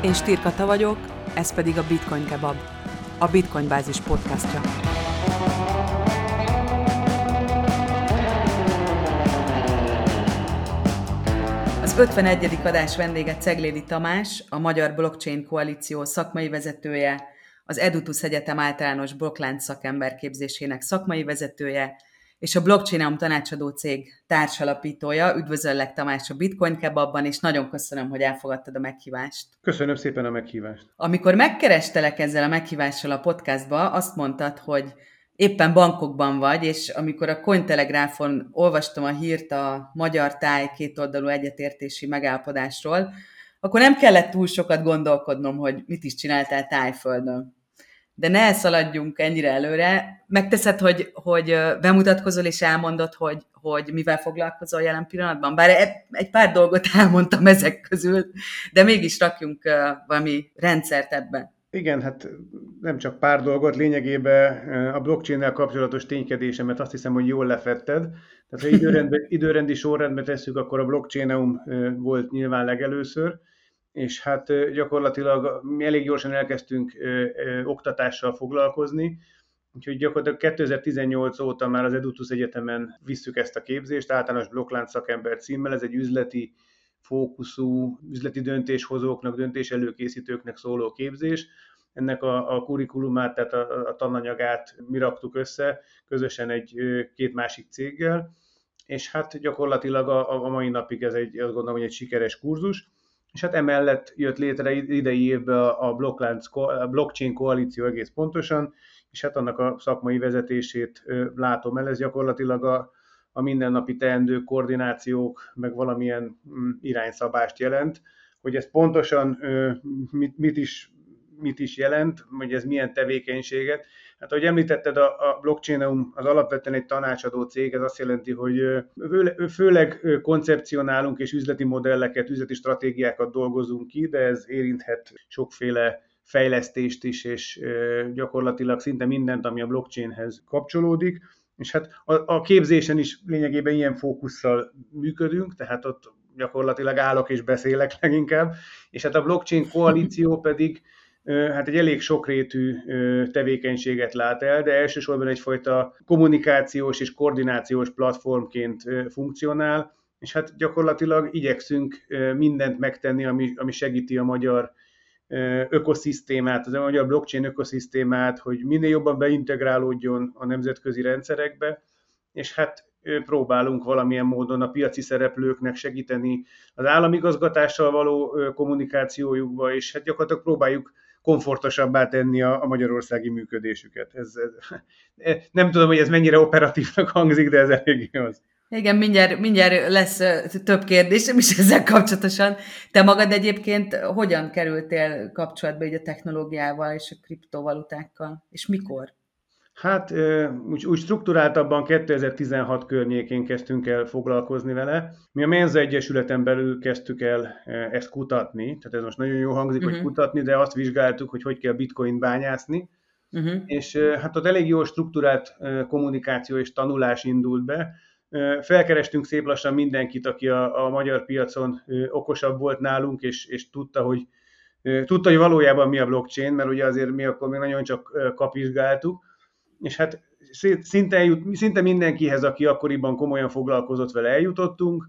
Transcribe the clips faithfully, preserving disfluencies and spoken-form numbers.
Én Stír Kata vagyok, ez pedig a Bitcoin Kebab, a Bitcoin Bázis podcastja. Az ötvenegyedik adás vendége Ceglédi Tamás, a Magyar Blockchain Koalíció szakmai vezetője, az Edutus Egyetem általános blokklánc szakemberképzésének szakmai vezetője, és a Blockchain tanácsadó cég társalapítója. Üdvözöllek, Tamás, a Bitcoin Kebabban, és nagyon köszönöm, hogy elfogadtad a meghívást. Köszönöm szépen a meghívást. Amikor megkerestelek ezzel a meghívással a podcastba, azt mondtad, hogy éppen Bangkokban vagy, és amikor a Cointelegraph-on olvastam a hírt a magyar-táj kétoldalú egyetértési megállapodásról, akkor nem kellett túl sokat gondolkodnom, hogy mit is csináltál Tájföldön. De ne szaladjunk ennyire előre. Megteszed, hogy, hogy bemutatkozol és elmondod, hogy, hogy mivel foglalkozol jelen pillanatban? Bár egy pár dolgot elmondtam ezek közül, de mégis rakjunk valami rendszert ebbe. Igen, hát nem csak pár dolgot, lényegében a blockchain-nel kapcsolatos ténykedésemet azt hiszem, hogy jól lefetted. Tehát ha időrendbe, időrendi sorrendbe tesszük, akkor a blockchain volt nyilván legelőször, és hát gyakorlatilag mi elég gyorsan elkezdtünk ö, ö, oktatással foglalkozni, úgyhogy gyakorlatilag kétezer-tizennyolc óta már az Edutus Egyetemen visszük ezt a képzést, általános blokklánc szakember címmel. Ez egy üzleti fókuszú, üzleti döntéshozóknak, döntéselőkészítőknek szóló képzés. Ennek a, a kurikulumát, tehát a, a tananyagát mi raktuk össze közösen egy két másik céggel, és hát gyakorlatilag a, a mai napig ez egy, azt gondolom, hogy egy sikeres kurzus. És hát emellett jött létre idei évben a Blockchain Koalíció egész pontosan, és hát annak a szakmai vezetését látom el. Ez gyakorlatilag a, a mindennapi teendő koordinációk, meg valamilyen irányszabást jelent, hogy ez pontosan mit, mit is mit is jelent, hogy ez milyen tevékenységet. Hát ahogy említetted, a, a Blockchain az alapvetően egy tanácsadó cég, ez azt jelenti, hogy főleg koncepcionálunk és üzleti modelleket, üzleti stratégiákat dolgozunk ki, de ez érinthet sokféle fejlesztést is, és gyakorlatilag szinte mindent, ami a blockchainhez kapcsolódik. És hát a, a képzésen is lényegében ilyen fókusszal működünk, tehát ott gyakorlatilag állok és beszélek leginkább, és hát a Blockchain Koalíció pedig hát egy elég sokrétű tevékenységet lát el, de elsősorban egyfajta kommunikációs és koordinációs platformként funkcionál, és hát gyakorlatilag igyekszünk mindent megtenni, ami, ami segíti a magyar ökoszisztémát, az a magyar blockchain ökoszisztémát, hogy minél jobban beintegrálódjon a nemzetközi rendszerekbe, és hát próbálunk valamilyen módon a piaci szereplőknek segíteni az államigazgatással való kommunikációjukba, és hát gyakorlatilag próbáljuk komfortosabbá tenni a, a magyarországi működésüket. Ez, ez, nem tudom, hogy ez mennyire operatívnak hangzik, de ez eléggé az. Igen, mindjárt, mindjárt lesz több kérdésem is ezzel kapcsolatosan. Te magad egyébként hogyan kerültél kapcsolatba így a technológiával és a kriptovalutákkal, és mikor? Hát úgy, úgy strukturáltabban kétezer-tizenhat környékén kezdtünk el foglalkozni vele. Mi a Menza Egyesületen belül kezdtük el ezt kutatni, tehát ez most nagyon jó hangzik, uh-huh. hogy kutatni, de azt vizsgáltuk, hogy hogy kell bitcoin bányászni, uh-huh. és hát ott elég jó strukturált kommunikáció és tanulás indult be. Felkerestünk szép lassan mindenkit, aki a, a magyar piacon okosabb volt nálunk, és, és tudta, hogy, tudta, hogy valójában mi a blockchain, mert ugye azért mi akkor még nagyon csak kapizsgáltuk, és hát szinte, eljut, szinte mindenkihez, aki akkoriban komolyan foglalkozott vele, eljutottunk,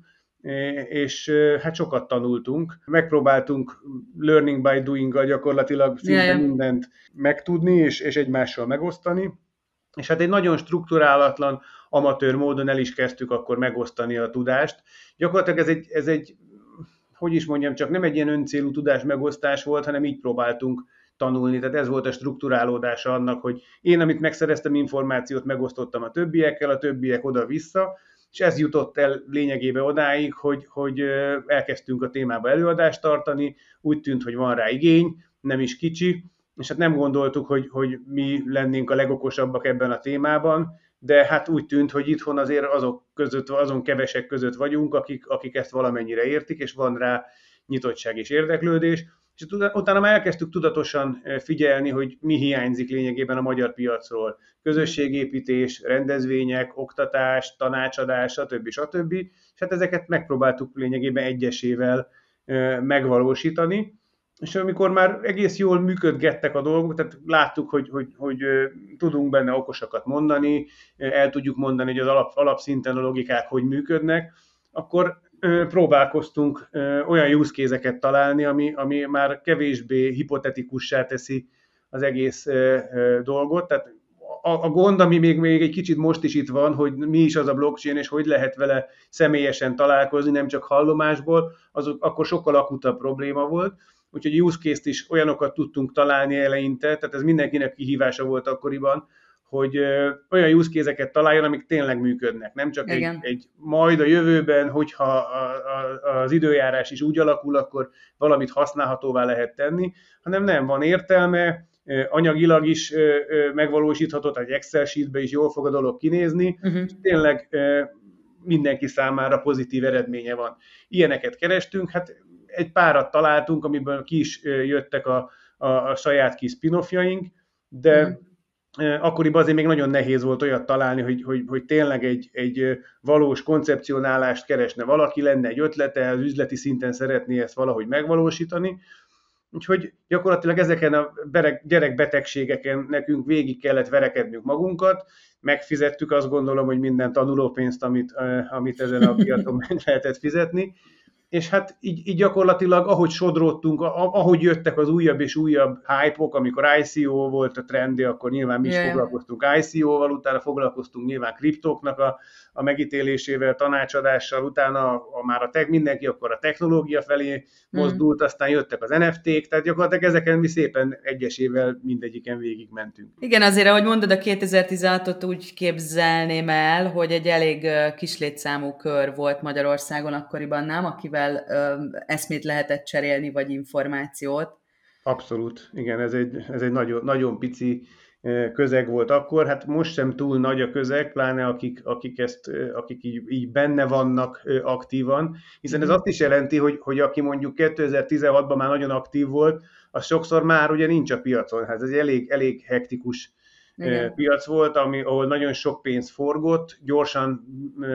és hát sokat tanultunk. Megpróbáltunk learning by doing-gal gyakorlatilag szinte yeah. mindent megtudni, és, és egymással megosztani. És hát egy nagyon strukturálatlan, amatőr módon el is kezdtük akkor megosztani a tudást. Gyakorlatilag ez egy, ez egy, hogy is mondjam, csak nem egy ilyen öncélú tudás megosztás volt, hanem így próbáltunk tanulni. Tehát ez volt a strukturálódása annak, hogy én, amit megszereztem információt, megosztottam a többiekkel, a többiek oda-vissza, és ez jutott el lényegében odáig, hogy, hogy elkezdtünk a témába előadást tartani, úgy tűnt, hogy van rá igény, nem is kicsi, és hát nem gondoltuk, hogy, hogy mi lennénk a legokosabbak ebben a témában, de hát úgy tűnt, hogy itthon azért azok között, azon kevesek között vagyunk, akik, akik ezt valamennyire értik, és van rá nyitottság és érdeklődés. És utána már elkezdtük tudatosan figyelni, hogy mi hiányzik lényegében a magyar piacról. Közösségépítés, rendezvények, oktatás, tanácsadás, stb. stb. És hát ezeket megpróbáltuk lényegében egyesével megvalósítani. És amikor már egész jól működgettek a dolgok, tehát láttuk, hogy, hogy, hogy tudunk benne okosakat mondani, el tudjuk mondani, hogy az alap, alapszinten a logikák hogy működnek, akkor próbálkoztunk olyan use case-eket találni, ami, ami már kevésbé hipotetikussá teszi az egész dolgot. Tehát a, a gond, ami még, még egy kicsit most is itt van, hogy mi is az a blockchain, és hogy lehet vele személyesen találkozni, nem csak hallomásból, az akkor sokkal akutabb probléma volt. Úgyhogy use case-t is olyanokat tudtunk találni eleinte, tehát ez mindenkinek kihívása volt akkoriban, hogy olyan use case-eket találjon, amik tényleg működnek. Nem csak egy, egy majd a jövőben, hogyha a, a, az időjárás is úgy alakul, akkor valamit használhatóvá lehet tenni, hanem nem, van értelme, anyagilag is megvalósítható, tehát egy Excel sheetbe is jól fog a dolog kinézni, uh-huh. és tényleg mindenki számára pozitív eredménye van. Ilyeneket kerestünk, hát egy párat találtunk, amiből ki is jöttek a, a, a saját kis spin-offjaink, de mm. akkoriban azért még nagyon nehéz volt olyat találni, hogy, hogy, hogy tényleg egy, egy valós koncepcionálást keresne valaki, lenne egy ötlete, az üzleti szinten szeretné ezt valahogy megvalósítani. Úgyhogy gyakorlatilag ezeken a gyerekbetegségeken nekünk végig kellett verekednünk magunkat, megfizettük azt gondolom, hogy minden tanulópénzt, amit, amit ezen a piacon meg lehetett fizetni, és hát így, így gyakorlatilag, ahogy sodródtunk, ahogy jöttek az újabb és újabb hype-ok, amikor I C O volt a trendi, akkor nyilván mi is yeah. foglalkoztunk I C O-val, utána foglalkoztunk nyilván kriptóknak a, a megítélésével, tanácsadással, utána a, a már a tech, mindenki akkor a technológia felé mozdult, mm. aztán jöttek az N F T-k, tehát gyakorlatilag ezeken mi szépen egyesével mindegyiken végigmentünk. Igen, azért, ahogy mondod, a kétezer-tizenhatot úgy képzelném el, hogy egy elég kis létszámú kör volt Magyarországon akkoriban, nem? Akivel eszmét lehetett cserélni, vagy információt. Abszolút, igen, ez egy, ez egy nagyon, nagyon pici közeg volt akkor, hát most sem túl nagy a közeg, pláne akik, akik, ezt, akik így, így benne vannak aktívan, hiszen ez azt is jelenti, hogy, hogy aki mondjuk kétezer-tizenhatban már nagyon aktív volt, az sokszor már ugye nincs a piacon, hát ez egy elég, elég hektikus igen. piac volt, ami, ahol nagyon sok pénz forgott, gyorsan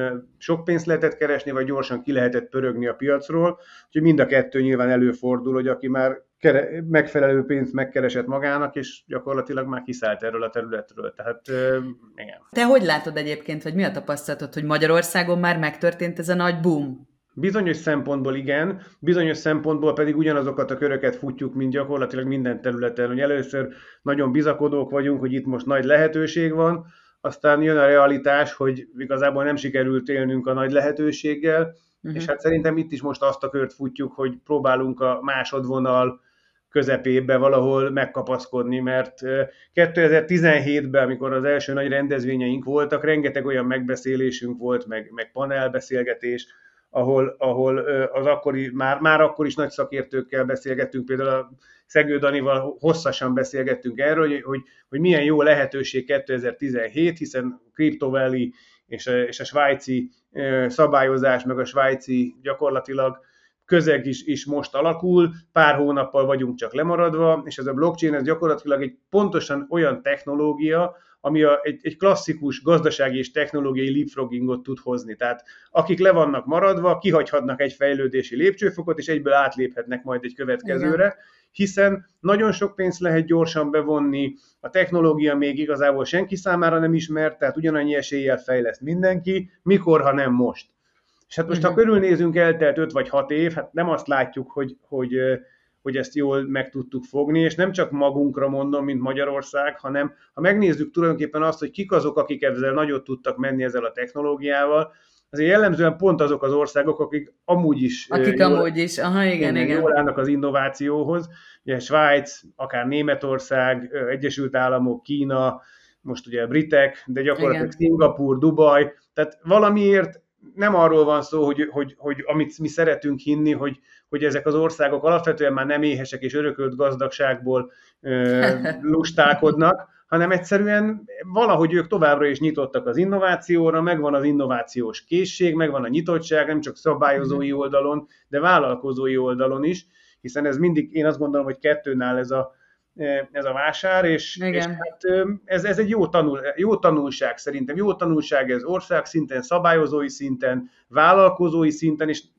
sok pénzt lehetett keresni, vagy gyorsan ki lehetett pörögni a piacról, úgyhogy mind a kettő nyilván előfordul, hogy aki már kere, megfelelő pénzt megkeresett magának, és gyakorlatilag már kiszállt erről a területről. Tehát igen. Te hogy látod egyébként, vagy mi a tapasztalatod, hogy Magyarországon már megtörtént ez a nagy boom? Bizonyos szempontból igen, bizonyos szempontból pedig ugyanazokat a köröket futjuk, mint gyakorlatilag minden területen, hogy először nagyon bizakodók vagyunk, hogy itt most nagy lehetőség van, aztán jön a realitás, hogy igazából nem sikerült élnünk a nagy lehetőséggel, uh-huh. és hát szerintem itt is most azt a kört futjuk, hogy próbálunk a másodvonal közepébe valahol megkapaszkodni, mert kétezer-tizenhétben, amikor az első nagy rendezvényeink voltak, rengeteg olyan megbeszélésünk volt, meg, meg panelbeszélgetés, ahol, ahol az akkori, már, már akkor is nagy szakértőkkel beszélgettünk, például a Szegő Danival hosszasan beszélgettünk erről, hogy, hogy, hogy milyen jó lehetőség kétezer-tizenhét, hiszen Crypto Valley és a, és a svájci szabályozás, meg a svájci gyakorlatilag közeg is, is most alakul, pár hónappal vagyunk csak lemaradva, és ez a blockchain ez gyakorlatilag egy pontosan olyan technológia, ami a, egy, egy klasszikus gazdasági és technológiai leapfroggingot tud hozni. Tehát akik le vannak maradva, kihagyhatnak egy fejlődési lépcsőfokot, és egyből átléphetnek majd egy következőre, igen. hiszen nagyon sok pénzt lehet gyorsan bevonni, a technológia még igazából senki számára nem ismert, tehát ugyanannyi eséllyel fejleszt mindenki, mikor, ha nem most. És hát most, uh-huh. ha körülnézünk, eltelt öt vagy hat év, hát nem azt látjuk, hogy, hogy, hogy ezt jól meg tudtuk fogni, és nem csak magunkra mondom, mint Magyarország, hanem ha megnézzük tulajdonképpen azt, hogy kik azok, akik ezzel nagyot tudtak menni ezzel a technológiával, azért jellemzően pont azok az országok, akik amúgy is, akik jól, amúgy is. Aha, igen, igen. jól állnak az innovációhoz. Ugye Svájc, akár Németország, Egyesült Államok, Kína, most ugye britek, de gyakorlatilag igen. Szingapúr, Dubaj, tehát valamiért nem arról van szó, hogy, hogy, hogy amit mi szeretünk hinni, hogy, hogy ezek az országok alapvetően már nem éhesek és örökölt gazdagságból ö, lustálkodnak, hanem egyszerűen valahogy ők továbbra is nyitottak az innovációra, megvan az innovációs készség, megvan a nyitottság, nem csak szabályozói oldalon, de vállalkozói oldalon is, hiszen ez mindig, én azt gondolom, hogy kettőnál ez a, ez a vásár, és, és hát ez, ez egy jó, tanul, jó tanulság szerintem. Jó tanulság ez ország szinten, szabályozói szinten, vállalkozói szinten, és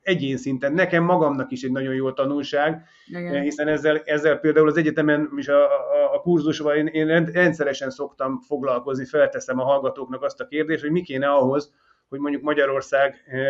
egyén szinten. Nekem magamnak is egy nagyon jó tanulság, Igen. hiszen ezzel, ezzel például az egyetemen is a, a, a kurzusban én, én rendszeresen szoktam foglalkozni, felteszem a hallgatóknak azt a kérdést, hogy mi kéne ahhoz, hogy mondjuk Magyarország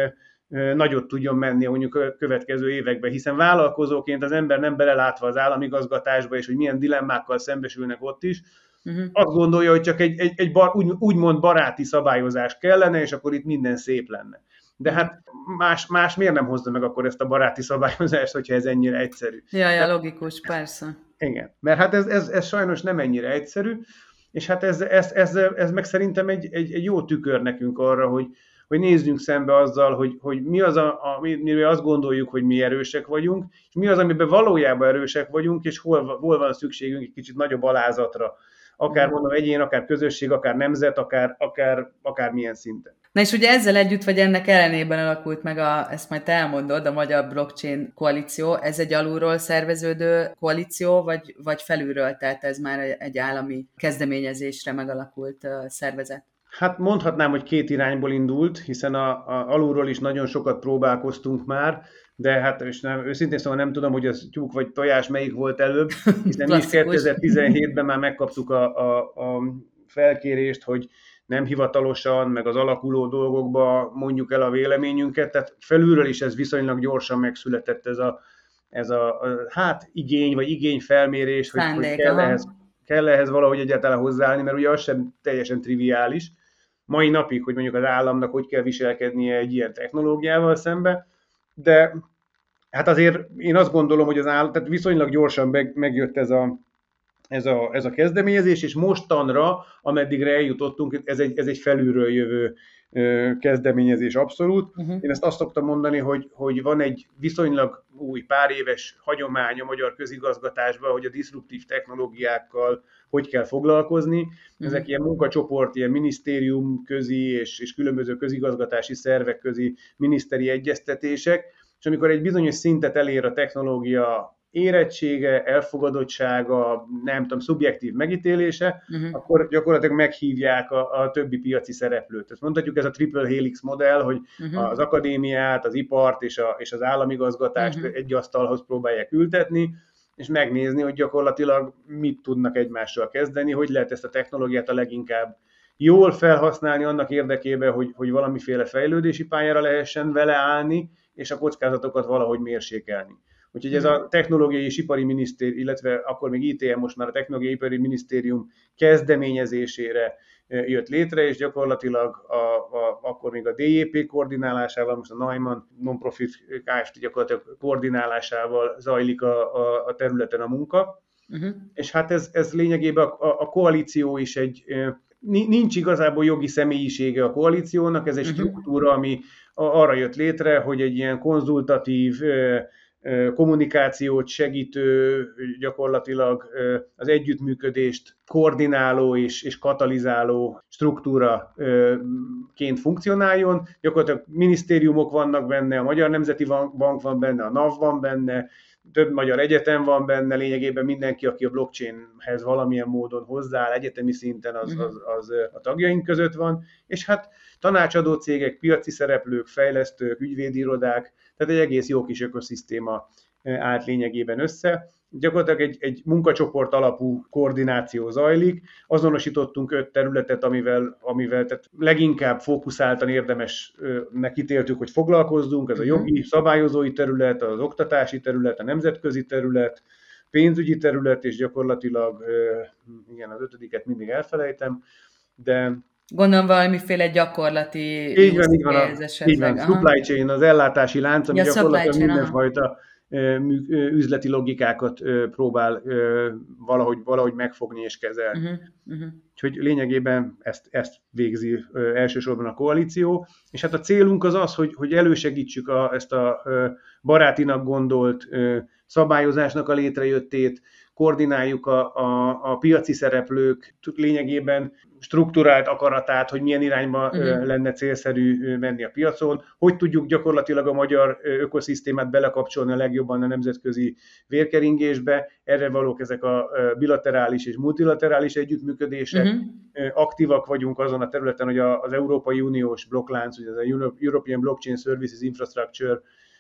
nagyot tudjon menni mondjuk a következő években, hiszen vállalkozóként az ember nem belelátva az államigazgatásba, és hogy milyen dilemmákkal szembesülnek ott is, uh-huh. azt gondolja, hogy csak egy, egy, egy bar, úgy, úgymond baráti szabályozás kellene, és akkor itt minden szép lenne. De hát más, más miért nem hozza meg akkor ezt a baráti szabályozást, hogyha ez ennyire egyszerű? Ja, ja, logikus, persze. Igen, mert hát ez, ez, ez sajnos nem ennyire egyszerű, és hát ez, ez, ez, ez meg szerintem egy, egy, egy jó tükör nekünk arra, hogy, hogy nézzünk szembe azzal, hogy, hogy mi az, a, amiről azt gondoljuk, hogy mi erősek vagyunk, és mi az, amiben valójában erősek vagyunk, és hol, hol van szükségünk egy kicsit nagyobb alázatra. Akár mondom egyén, akár közösség, akár nemzet, akár, akár, akár milyen szinten. Na és ugye ezzel együtt, vagy ennek ellenében alakult meg, a, ezt majd te elmondod, a Magyar Blockchain Koalíció. Ez egy alulról szerveződő koalíció, vagy, vagy felülről, tehát ez már egy állami kezdeményezésre megalakult szervezet? Hát mondhatnám, hogy két irányból indult, hiszen a, a, alulról is nagyon sokat próbálkoztunk már, de hát és nem, őszintén szóval nem tudom, hogy az tyúk vagy tojás melyik volt előbb, hiszen mi is kétezer-tizenhétben már megkaptuk a, a, a felkérést, hogy nem hivatalosan, meg az alakuló dolgokba mondjuk el a véleményünket, tehát felülről is ez viszonylag gyorsan megszületett ez a, ez a, a hát igény, vagy igényfelmérés, hogy, hogy kell, ehhez, kell ehhez valahogy egyáltalán hozzáállni, mert ugye az sem teljesen triviális. Mai napig, hogy mondjuk az államnak hogy kell viselkednie egy ilyen technológiával szembe, de hát azért én azt gondolom, hogy az állam, tehát viszonylag gyorsan meg, megjött ez a Ez a, ez a kezdeményezés, és mostanra, ameddigre eljutottunk, ez egy, ez egy felülről jövő ö, kezdeményezés abszolút. Uh-huh. Én ezt azt szoktam mondani, hogy, hogy van egy viszonylag új, pár éves hagyomány a magyar közigazgatásban, hogy a diszruptív technológiákkal hogy kell foglalkozni. Uh-huh. Ezek ilyen munkacsoport, ilyen minisztérium közi és, és különböző közigazgatási szervek közi miniszteri egyeztetések, és amikor egy bizonyos szintet elér a technológia érettsége, elfogadottsága, nem tudom, szubjektív megítélése, uh-huh. akkor gyakorlatilag meghívják a, a többi piaci szereplőt. Ezt mondhatjuk, ez a triple helix modell, hogy uh-huh. az akadémiát, az ipart és, a, és az államigazgatást uh-huh. egy asztalhoz próbálják ültetni, és megnézni, hogy gyakorlatilag mit tudnak egymással kezdeni, hogy lehet ezt a technológiát a leginkább jól felhasználni annak érdekében, hogy, hogy valamiféle fejlődési pályára lehessen vele állni, és a kockázatokat valahogy mérsékelni. Úgyhogy ez a Technológiai és Ipari Minisztérium, illetve akkor még í té em, most már a Technológiai és Ipari Minisztérium kezdeményezésére jött létre, és gyakorlatilag a, a, akkor még a dé jé pé koordinálásával, most a Neumann Non-Profit Kft. Gyakorlatilag koordinálásával zajlik a, a, a területen a munka. Uh-huh. És hát ez, ez lényegében a, a, a koalíció is egy, nincs igazából jogi személyisége a koalíciónak, ez egy uh-huh. struktúra, ami arra jött létre, hogy egy ilyen konzultatív, kommunikációt segítő, gyakorlatilag az együttműködést koordináló és, és katalizáló struktúraként funkcionáljon. Gyakorlatilag minisztériumok vannak benne, a Magyar Nemzeti Bank van benne, a NAV van benne, több magyar egyetem van benne, lényegében mindenki, aki a blockchainhez valamilyen módon hozzááll, egyetemi szinten az, az, az a tagjaink között van, és hát tanácsadó cégek, piaci szereplők, fejlesztők, ügyvédirodák, tehát egy egész jó kis ökoszisztéma állt lényegében össze. Gyakorlatilag egy, egy munkacsoport alapú koordináció zajlik, azonosítottunk öt területet, amivel, amivel tehát leginkább fókuszáltan érdemesnek ítéltük, hogy foglalkozzunk, ez a jogi, szabályozói terület, az oktatási terület, a nemzetközi terület, pénzügyi terület, és gyakorlatilag, igen, az ötödiket mindig elfelejtem, de... Gondolom valamiféle gyakorlati így van, így van, a, így van. Supply chain, az ellátási lánc, ami ja, gyakorlatilag mindenfajta üzleti logikákat próbál valahogy, valahogy megfogni és kezelni. Uh-huh, uh-huh. Úgyhogy lényegében ezt, ezt végzi elsősorban a koalíció, és hát a célunk az az, hogy, hogy elősegítsük a, ezt a barátinak gondolt szabályozásnak a létrejöttét, koordináljuk a, a, a piaci szereplők lényegében strukturált akaratát, hogy milyen irányba uh-huh. lenne célszerű menni a piacon, hogy tudjuk gyakorlatilag a magyar ökoszisztémát belekapcsolni a legjobban a nemzetközi vérkeringésbe, erre valók ezek a bilaterális és multilaterális együttműködések. Uh-huh. Aktívak vagyunk azon a területen, hogy az Európai Uniós blokklánc, ugye az a European Blockchain Services Infrastructure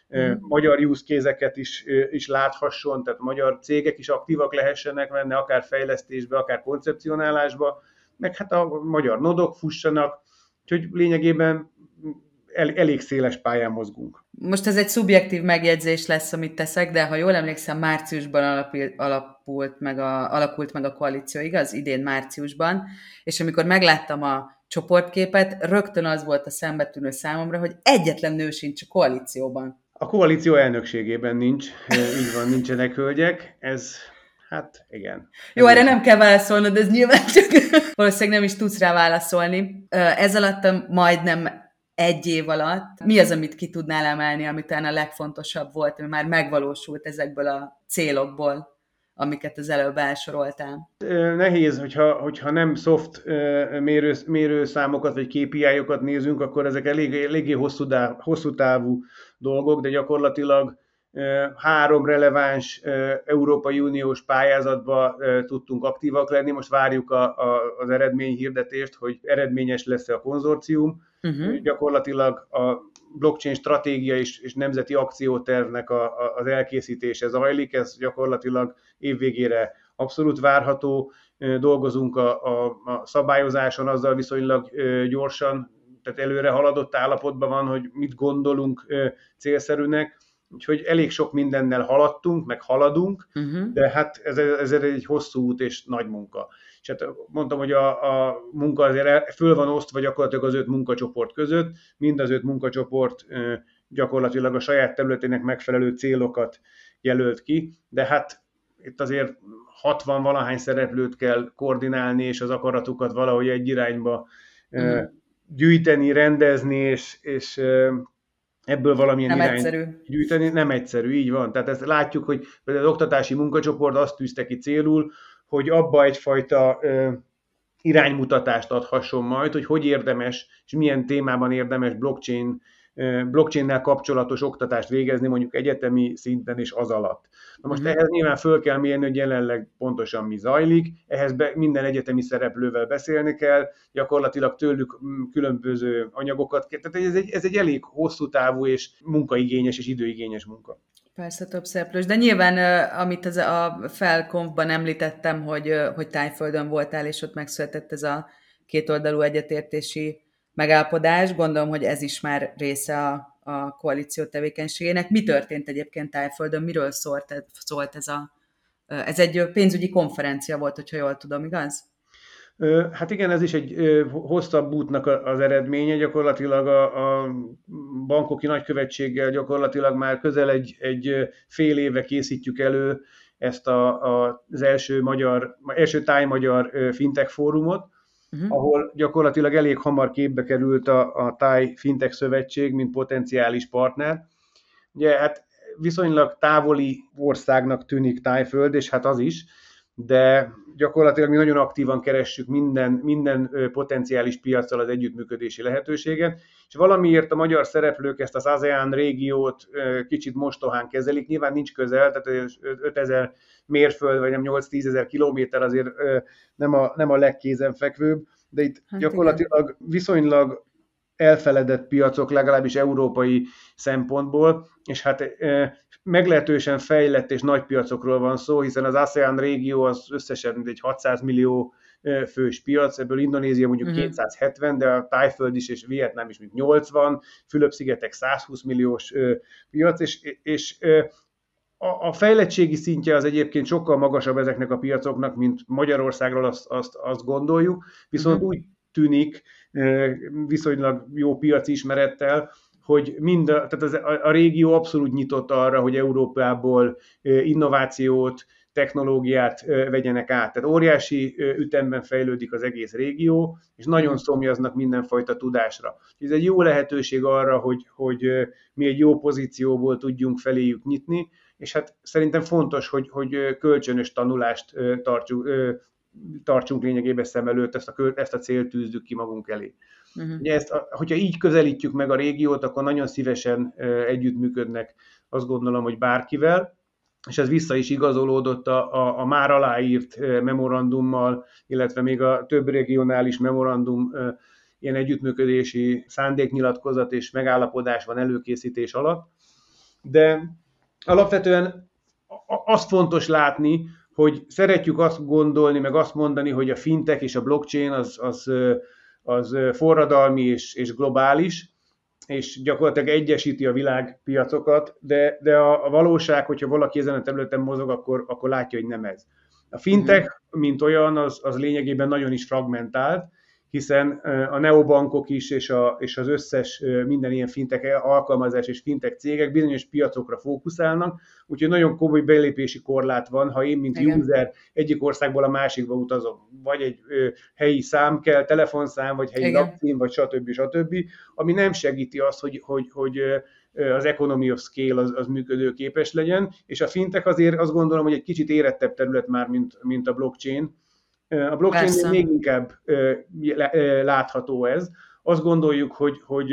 Uh-huh. magyar use case-eket is, is láthasson, tehát magyar cégek is aktívak lehessenek benne, akár fejlesztésbe, akár koncepcionálásba, meg hát a magyar nodok fussanak, úgyhogy lényegében el, elég széles pályán mozgunk. Most ez egy szubjektív megjegyzés lesz, amit teszek, de ha jól emlékszem, márciusban alapult, alapult, meg a, alakult meg a koalíció, igaz? Idén márciusban, és amikor megláttam a csoportképet, rögtön az volt a szembetűnő számomra, hogy egyetlen nő sincs a koalícióban. A koalíció elnökségében nincs, így van, nincsenek hölgyek, ez, hát igen. Jó, erre nem kell válaszolnod, de ez nyilván csak valószínűleg nem is tudsz rá válaszolni. Ez alatt a majdnem egy év alatt mi az, amit ki tudnál emelni, ami talán a legfontosabb volt, ami már megvalósult ezekből a célokból, amiket az előbb elsoroltál? Nehéz, hogyha, hogyha nem soft mérő, mérőszámokat vagy ká pé í-okat nézünk, akkor ezek elég, eléggé hosszú, hosszú távú dolgok, de gyakorlatilag három releváns Európai Uniós pályázatba tudtunk aktívak lenni. Most várjuk a, a, az eredményhirdetést, hogy eredményes lesz-e a konzorcium. Uh-huh. Gyakorlatilag a blockchain stratégia és, és nemzeti akciótervnek a, a, az elkészítése zajlik, ez gyakorlatilag évvégére abszolút várható. Dolgozunk a, a, a szabályozáson, azzal viszonylag gyorsan, tehát előre haladott állapotban van, hogy mit gondolunk célszerűnek. Úgyhogy elég sok mindennel haladtunk, meg haladunk, uh-huh. de hát ez, ez egy hosszú út és nagy munka. És hát mondtam, hogy a, a munka azért föl van osztva gyakorlatilag az öt munkacsoport között, mind az öt munkacsoport gyakorlatilag a saját területének megfelelő célokat jelölt ki, de hát itt azért hatvan valahány szereplőt kell koordinálni, és az akaratukat valahogy egy irányba uh-huh. gyűjteni, rendezni, és, és ebből valamilyen nem irányt egyszerű. gyűjteni. Nem egyszerű, így van. Tehát ezt látjuk, hogy például az oktatási munkacsoport azt tűzte ki célul, hogy abba egyfajta ö, iránymutatást adhasson majd, hogy hogy érdemes, és milyen témában érdemes blockchain, ö, blockchainnel kapcsolatos oktatást végezni, mondjuk egyetemi szinten és az alatt. Na most uh-huh. ehhez nyilván föl kell mérni, hogy jelenleg pontosan mi zajlik, ehhez be, minden egyetemi szereplővel beszélni kell, gyakorlatilag tőlük különböző anyagokat, tehát ez egy, ez egy elég hosszú távú és munkaigényes és időigényes munka. Persze több szereplős, de nyilván, amit az a felkonfban említettem, hogy, hogy Tájföldön voltál, és ott megszületett ez a kétoldalú egyetértési megállapodás, gondolom, hogy ez is már része a, a koalíció tevékenységének. Mi történt egyébként Tájföldön, miről szólt, szólt ez a... Ez egy pénzügyi konferencia volt, hogyha jól tudom, igaz? Hát igen, ez is egy hosszabb útnak az eredménye, gyakorlatilag a, a bankoki nagykövetséggel gyakorlatilag már közel egy, egy fél éve készítjük elő ezt a, a, az első magyar, első táj-magyar fintech fórumot, uh-huh. ahol gyakorlatilag elég hamar képbe került a, a Táj Fintech Szövetség, mint potenciális partner. Ugye hát viszonylag távoli országnak tűnik Tájföld, és hát az is, de gyakorlatilag mi nagyon aktívan keressük minden, minden potenciális piaccal az együttműködési lehetőséget, és valamiért a magyar szereplők ezt az ASEAN régiót kicsit mostohán kezelik, nyilván nincs közel, tehát ötezer mérföld, vagy nem nyolc-tízezer kilométer azért nem a, nem a legkézenfekvőbb, de itt hát gyakorlatilag igen. viszonylag elfeledett piacok, legalábbis európai szempontból, és hát meglehetősen fejlett és nagy piacokról van szó, hiszen az ASEAN régió az összesen egy hatszáz millió fős piac, ebből Indonézia mondjuk uh-huh. kétszázhetven, de a Tájföld is és Vietnám is mondjuk nyolcvan, Fülöp-szigetek százhúsz milliós piac, és, és a fejlettségi szintje az egyébként sokkal magasabb ezeknek a piacoknak, mint Magyarországról azt, azt, azt gondoljuk, viszont uh-huh. úgy tűnik viszonylag jó piaci ismerettel, hogy mind a, tehát az, a, a régió abszolút nyitott arra, hogy Európából innovációt, technológiát vegyenek át. Tehát óriási ütemben fejlődik az egész régió, és nagyon szomjaznak mindenfajta tudásra. Ez egy jó lehetőség arra, hogy, hogy mi egy jó pozícióból tudjunk feléjük nyitni, és hát szerintem fontos, hogy, hogy kölcsönös tanulást tartsunk, tartsunk lényegében szem előtt, ezt a, ezt a célt tűzzük ki magunk elé. Uh-huh. Ugye ezt, hogyha így közelítjük meg a régiót, akkor nagyon szívesen együttműködnek, azt gondolom, hogy bárkivel, és ez vissza is igazolódott a, a, a már aláírt memorandummal, illetve még a több regionális memorandum ilyen együttműködési szándéknyilatkozat és megállapodás van előkészítés alatt. de alapvetően az fontos látni, hogy szeretjük azt gondolni, meg azt mondani, hogy a fintech és a blockchain az, az, az forradalmi és, és globális, és gyakorlatilag egyesíti a világpiacokat, de, de a, a valóság, hogyha valaki ezen a területen mozog, akkor, akkor látja, hogy nem ez. A fintech, uh-huh. mint olyan, az, az lényegében nagyon is fragmentált, hiszen a neobankok is, és, a, és az összes minden ilyen fintech alkalmazás és fintech cégek bizonyos piacokra fókuszálnak, úgyhogy nagyon komoly belépési korlát van, ha én, mint Igen. user egyik országból a másikba utazom, vagy egy ö, helyi szám kell, telefonszám, vagy helyi lakcím, vagy stb. stb., ami nem segíti azt, hogy, hogy, hogy az economy of scale az, az működőképes legyen, és a fintech azért azt gondolom, hogy egy kicsit érettebb terület már, mint, mint a blockchain. A blockchain még inkább látható ez. Azt gondoljuk, hogy, hogy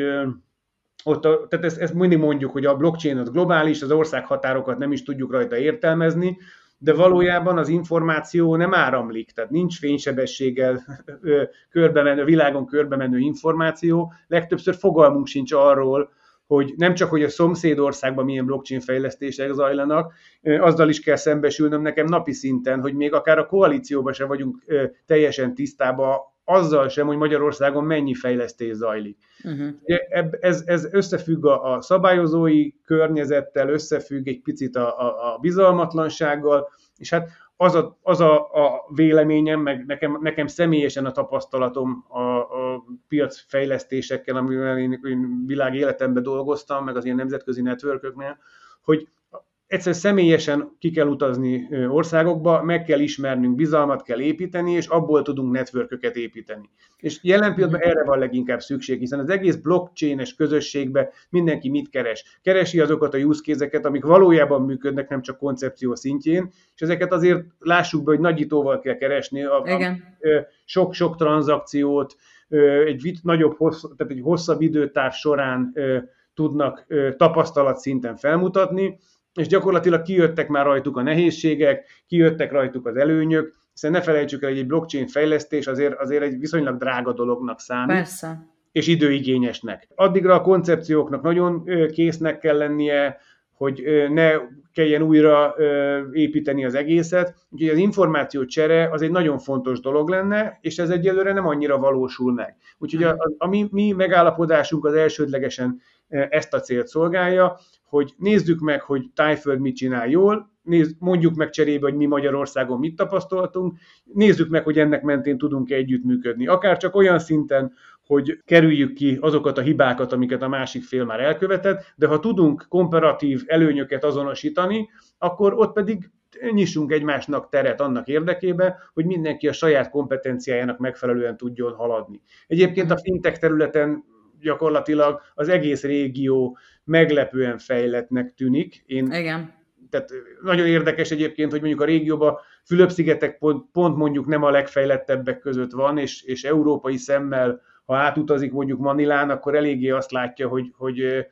ott a, tehát ezt, ezt mindig mondjuk, hogy a blockchain az globális, az országhatárokat nem is tudjuk rajta értelmezni, de valójában az információ nem áramlik, tehát nincs fénysebességgel körbemenő, a világon körbemenő információ. Legtöbbször fogalmunk sincs arról, hogy nem csak, hogy a szomszédországban milyen blockchain fejlesztések zajlanak, azzal is kell szembesülnöm nekem napi szinten, hogy még akár a koalícióban sem vagyunk teljesen tisztában, azzal sem, hogy Magyarországon mennyi fejlesztés zajlik. Uh-huh. Ez, ez összefügg a, a szabályozói környezettel, összefügg egy picit a, a, a bizalmatlansággal, és hát az a, az a, a véleményem, meg nekem, nekem személyesen a tapasztalatom a, a piacfejlesztésekkel, amivel én, én világ életemben dolgoztam, meg az ilyen nemzetközi networköknél, hogy egyszer személyesen ki kell utazni országokba, meg kell ismernünk, bizalmat kell építeni, és abból tudunk networköket építeni. És jelen pillanatban erre van leginkább szükség, hiszen az egész blockchain-es közösségben mindenki mit keres? Keresi azokat a use case-eket, amik valójában működnek, nem csak koncepció szintjén, és ezeket azért lássuk be, hogy nagyítóval kell keresni, a, a, sok-sok tranzakciót, egy nagyobb, hossz, tehát egy hosszabb időtáv során tudnak tapasztalatszinten felmutatni, és gyakorlatilag kijöttek már rajtuk a nehézségek, kijöttek rajtuk az előnyök, hiszen ne felejtsük el, hogy egy blockchain fejlesztés azért, azért egy viszonylag drága dolognak számít. Persze. És időigényesnek. Addigra a koncepcióknak nagyon késznek kell lennie, hogy ne kelljen újra építeni az egészet. Úgyhogy az információcsere az egy nagyon fontos dolog lenne, és ez egyelőre nem annyira valósul meg. Úgyhogy a, a, a mi, mi megállapodásunk az elsődlegesen ezt a célt szolgálja, hogy nézzük meg, hogy Tájföld mit csinál jól, nézd, mondjuk meg cserébe, hogy mi Magyarországon mit tapasztaltunk, nézzük meg, hogy ennek mentén tudunk-e együttműködni. Akár csak olyan szinten, hogy kerüljük ki azokat a hibákat, amiket a másik fél már elkövetett, de ha tudunk komparatív előnyöket azonosítani, akkor ott pedig nyissunk egymásnak teret annak érdekében, hogy mindenki a saját kompetenciájának megfelelően tudjon haladni. Egyébként a fintech területen gyakorlatilag az egész régió meglepően fejlettnek tűnik. Én, Igen. Tehát nagyon érdekes egyébként, hogy mondjuk a régióban Fülöp-szigetek pont, pont mondjuk nem a legfejlettebbek között van, és, és európai szemmel, ha átutazik mondjuk Manilán, akkor eléggé azt látja, hogy, hogy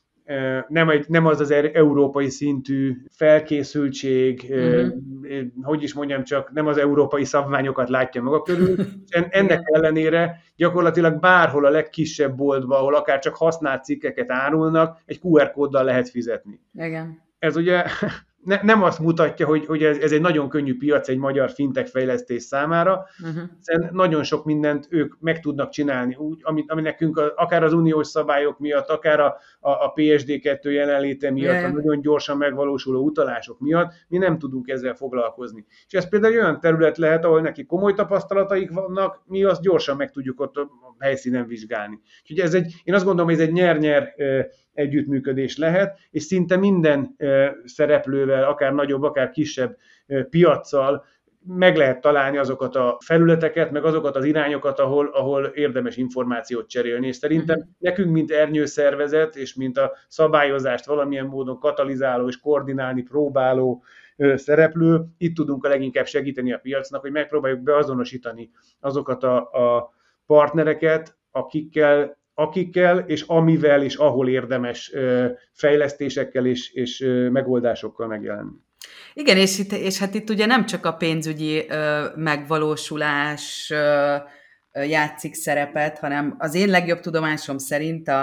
nem, egy, nem az az európai szintű felkészültség, uh-huh. hogy is mondjam csak, nem az európai szabványokat látja maga körül. Ennek ellenére gyakorlatilag bárhol a legkisebb boltban, ahol akár csak használt cikkeket árulnak, egy kú er kóddal lehet fizetni. Igen. Ez ugye ne, nem azt mutatja, hogy, hogy ez, ez egy nagyon könnyű piac egy magyar fintech fejlesztés számára, uh-huh. hiszen nagyon sok mindent ők meg tudnak csinálni, úgy, ami, ami nekünk a, akár az uniós szabályok miatt, akár a, a, a pé es dé kettő jelenléte miatt, yeah. a nagyon gyorsan megvalósuló utalások miatt, mi nem tudunk ezzel foglalkozni. És ez például olyan terület lehet, ahol neki komoly tapasztalataik vannak, mi azt gyorsan meg tudjuk ott a helyszínen vizsgálni. Úgyhogy ez egy, én azt gondolom, hogy ez egy nyer-nyer együttműködés lehet, és szinte minden szereplővel, akár nagyobb, akár kisebb piaccal meg lehet találni azokat a felületeket, meg azokat az irányokat, ahol, ahol érdemes információt cserélni. És szerintem uh-huh. nekünk, mint ernyőszervezet, és mint a szabályozást valamilyen módon katalizáló és koordinálni próbáló szereplő, itt tudunk a leginkább segíteni a piacnak, hogy megpróbáljuk beazonosítani azokat a, a partnereket, akikkel akikkel és amivel és ahol érdemes fejlesztésekkel és, és megoldásokkal megjelenni. Igen, és, itt, és hát itt ugye nem csak a pénzügyi ö, megvalósulás ö, játszik szerepet, hanem az én legjobb tudomásom szerint a,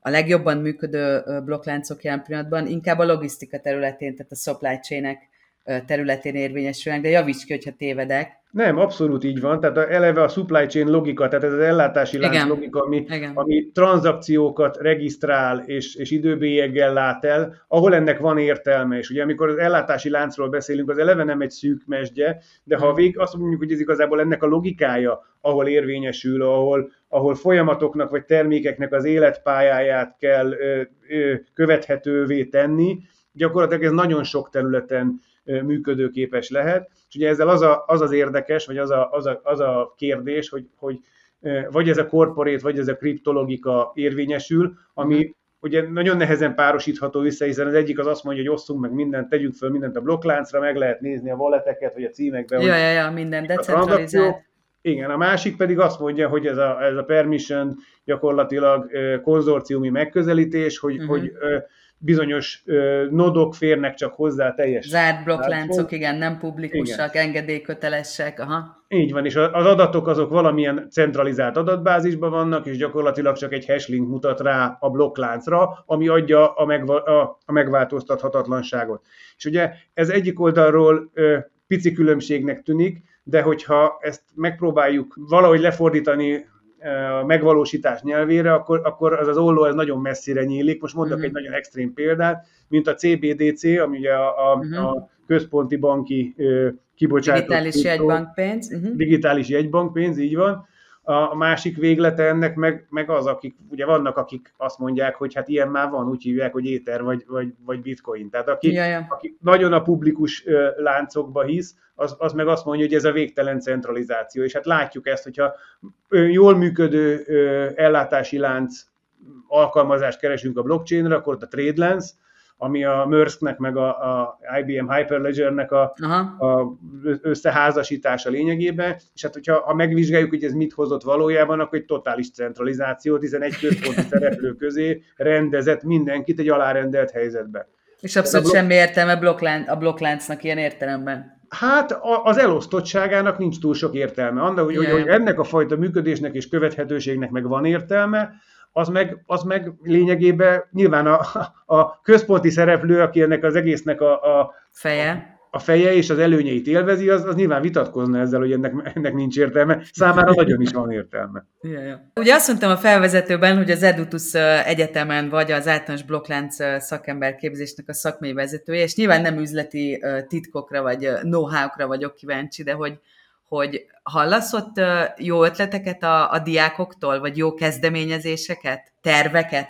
a legjobban működő blokkláncok jelen pillanatban inkább a logisztika területén, tehát a supply chain-ek területén érvényesülnek, de javíts ki, hogyha tévedek. Nem, abszolút így van. Tehát eleve a supply chain logika, tehát ez az ellátási lánc Igen. logika, ami, Igen. ami tranzakciókat regisztrál és, és időbélyeggel lát el, ahol ennek van értelme. És ugye amikor az ellátási láncról beszélünk, az eleve nem egy szűk mesdje, de ha vég, azt mondjuk, hogy ez igazából ennek a logikája, ahol érvényesül, ahol, ahol folyamatoknak vagy termékeknek az életpályáját kell ö, ö, követhetővé tenni, gyakorlatilag ez nagyon sok területen működőképes lehet. És ugye ezzel az, a, az az érdekes, vagy az a, az a, az a kérdés, hogy, hogy vagy ez a corporate, vagy ez a kriptologika érvényesül, ami uh-huh. ugye nagyon nehezen párosítható össze, hiszen az egyik az azt mondja, hogy osszunk meg mindent, tegyük föl mindent a blokkláncra, meg lehet nézni a walleteket, vagy a címekbe. Ja, ja, ja, minden decentralizált. Igen, a másik pedig azt mondja, hogy ez a, ez a permission gyakorlatilag konzorciumi megközelítés, hogy, uh-huh. hogy bizonyos ö, nodok férnek csak hozzá teljes. Zárt blokkláncok, igen, nem publikusak, igen. Engedélykötelesek, aha. Így van, és az adatok azok valamilyen centralizált adatbázisban vannak, és gyakorlatilag csak egy hashlink mutat rá a blokkláncra, ami adja a, megva- a, a megváltoztathatatlanságot. És ugye ez egyik oldalról ö, pici különbségnek tűnik, de hogyha ezt megpróbáljuk valahogy lefordítani a megvalósítás nyelvére, akkor, akkor az az olló ez nagyon messzire nyílik. Most mondok uh-huh. egy nagyon extrém példát, mint a cé bé dé cé, ami ugye a, a, uh-huh. a központi banki ö, kibocsátott... Digitális jegybankpénz. Uh-huh. Digitális jegybankpénz, így van. A másik véglete ennek meg, meg az, akik, ugye vannak, akik azt mondják, hogy hát ilyen már van, úgy hívják, hogy éter vagy, vagy, vagy bitcoin. Tehát aki, aki nagyon a publikus ö, láncokba hisz, az, az meg azt mondja, hogy ez a végtelen centralizáció. És hát látjuk ezt, hogyha ö, jól működő ö, ellátási lánc alkalmazást keresünk a blockchainre, akkor ott a TradeLens, ami a Maersknek meg a, a i bé em Hyperledgernek a, a összeházasítása lényegében, és hát hogyha ha megvizsgáljuk, hogy ez mit hozott valójában, akkor egy totális centralizációt, hiszen egy központi szereplő közé rendezett mindenkit egy alárendelt helyzetbe. És abszolút blokk... semmi értelme blokklán, a blokkláncnak ilyen értelemben. Hát az elosztottságának nincs túl sok értelme. Annak, hogy, hogy ennek a fajta működésnek és követhetőségnek meg van értelme, az meg, az meg lényegében nyilván a, a központi szereplő, aki ennek az egésznek a, a, feje. a feje és az előnyeit élvezi, az, az nyilván vitatkozna ezzel, hogy ennek, ennek nincs értelme. Számára nagyon is van értelme. Ja, ja. Ugye azt mondtam a felvezetőben, hogy az Edutus Egyetemen vagy az általános blokklánc szakemberképzésnek a szakmai vezetője, és nyilván nem üzleti titkokra vagy know-how-kra vagyok kíváncsi, de hogy hogy hallasz ott jó ötleteket a, a diákoktól, vagy jó kezdeményezéseket, terveket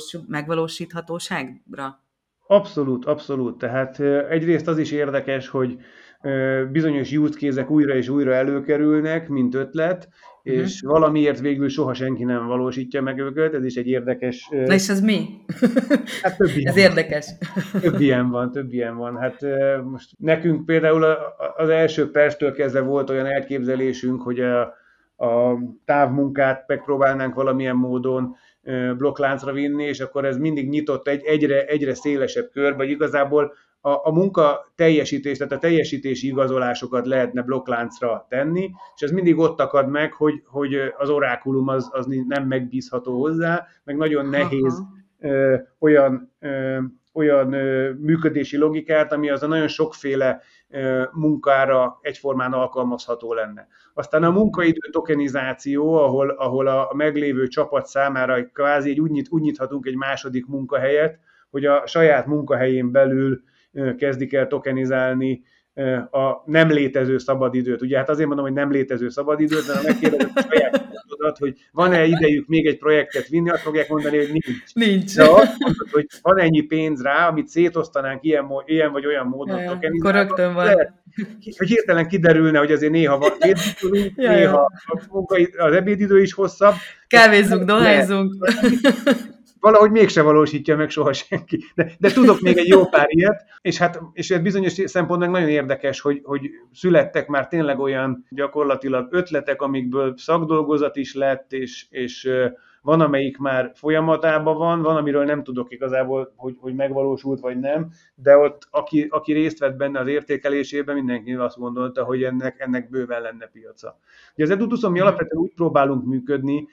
megvalósíthatóságra? Abszolút, abszolút. Tehát egyrészt az is érdekes, hogy bizonyos use case-ek újra és újra előkerülnek, mint ötlet, uh-huh. és valamiért végül soha senki nem valósítja meg őket, ez is egy érdekes... Na és ez mi? Hát több ilyen ez érdekes. Több ilyen van, több ilyen van. Hát most nekünk például az első perctől kezdve volt olyan elképzelésünk, hogy a, a távmunkát megpróbálnánk valamilyen módon blokkláncra vinni, és akkor ez mindig nyitott egy, egyre, egyre szélesebb körbe, hogy igazából a, a munka teljesítés, tehát a teljesítési igazolásokat lehetne blokkláncra tenni, és ez mindig ott akad meg, hogy, hogy az orákulum az, az nem megbízható hozzá, meg nagyon nehéz ö, olyan, ö, olyan ö, működési logikát, ami az a nagyon sokféle ö, munkára egyformán alkalmazható lenne. Aztán a munkaidő tokenizáció, ahol, ahol a meglévő csapat számára kvázi egy, úgy, nyit, úgy nyithatunk egy második munkahelyet, hogy a saját munkahelyén belül kezdik el tokenizálni a nem létező szabadidőt. Ugye hát azért mondom, hogy nem létező szabadidőt, mert ha megkérdezed a saját tudat, hogy van-e idejük még egy projektet vinni, azt fogják mondani, hogy nincs. Nincs. De azt mondod, hogy van ennyi pénz rá, amit szétosztanánk ilyen, ilyen vagy olyan módon ja, tokenizálni. Lehet, hogy hirtelen kiderülne, hogy azért néha van pénzidő, ja, néha az ebédidő is hosszabb. Kávézzunk, dohányzunk. Valahogy mégse valósítja meg soha senki. De, de tudok még egy jó pár ilyet, és hát és ez bizonyos szempontból nagyon érdekes, hogy, hogy születtek már tényleg olyan gyakorlatilag ötletek, amikből szakdolgozat is lett, és, és van, amelyik már folyamatában van, van, amiről nem tudok igazából, hogy, hogy megvalósult vagy nem, de ott aki, aki részt vett benne az értékelésében, mindenki azt gondolta, hogy ennek, ennek bőven lenne piaca. Ugye az Edutuson mi alapvetően úgy próbálunk működni,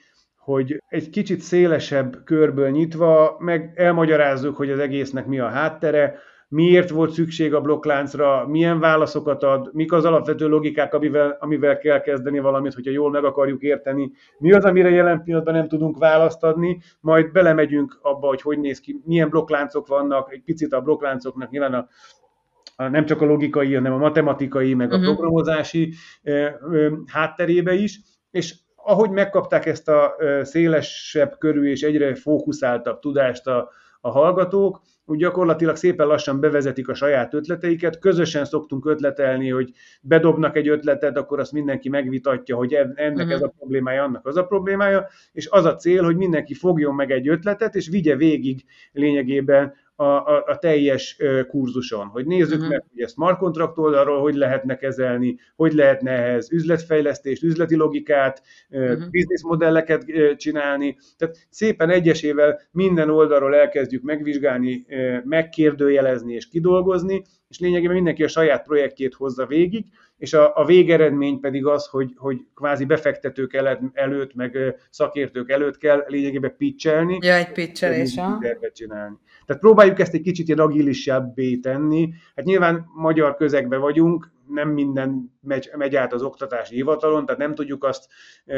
hogy egy kicsit szélesebb körből nyitva meg elmagyarázzuk, hogy az egésznek mi a háttere, miért volt szükség a blokkláncra, milyen válaszokat ad, mik az alapvető logikák, amivel, amivel kell kezdeni valamit, hogyha jól meg akarjuk érteni, mi az, amire jelen pillanatban nem tudunk választ adni, majd belemegyünk abba, hogy hogy néz ki, milyen blokkláncok vannak, egy picit a blokkláncoknak nyilván a, a, nem csak a logikai, hanem a matematikai, meg a Uh-huh. programozási e, e, hátterébe is, és ahogy megkapták ezt a szélesebb körű és egyre fókuszáltabb tudást a, a hallgatók, úgy gyakorlatilag szépen lassan bevezetik a saját ötleteiket, közösen szoktunk ötletelni, hogy bedobnak egy ötletet, akkor azt mindenki megvitatja, hogy ennek uh-huh. ez a problémája, annak az a problémája, és az a cél, hogy mindenki fogjon meg egy ötletet, és vigye végig lényegében a, a, a teljes kurzuson, hogy nézzük uh-huh. meg, hogy a smart contract oldalról hogy lehetne kezelni, hogy lehetne ehhez üzletfejlesztést, üzleti logikát, uh-huh. bizniszmodelleket csinálni. Tehát szépen egyesével minden oldalról elkezdjük megvizsgálni, megkérdőjelezni és kidolgozni, és lényegében mindenki a saját projektjét hozza végig, és a, a végeredmény pedig az, hogy, hogy kvázi befektetők előtt, előtt, meg szakértők előtt kell lényegében pitchelni. Ja, egy pitchelés, csinálni. Tehát próbáljuk ezt egy kicsit ilyen agilisabbé tenni. Hát nyilván magyar közegben vagyunk, nem minden megy, megy át az oktatási hivatalon, tehát nem tudjuk azt,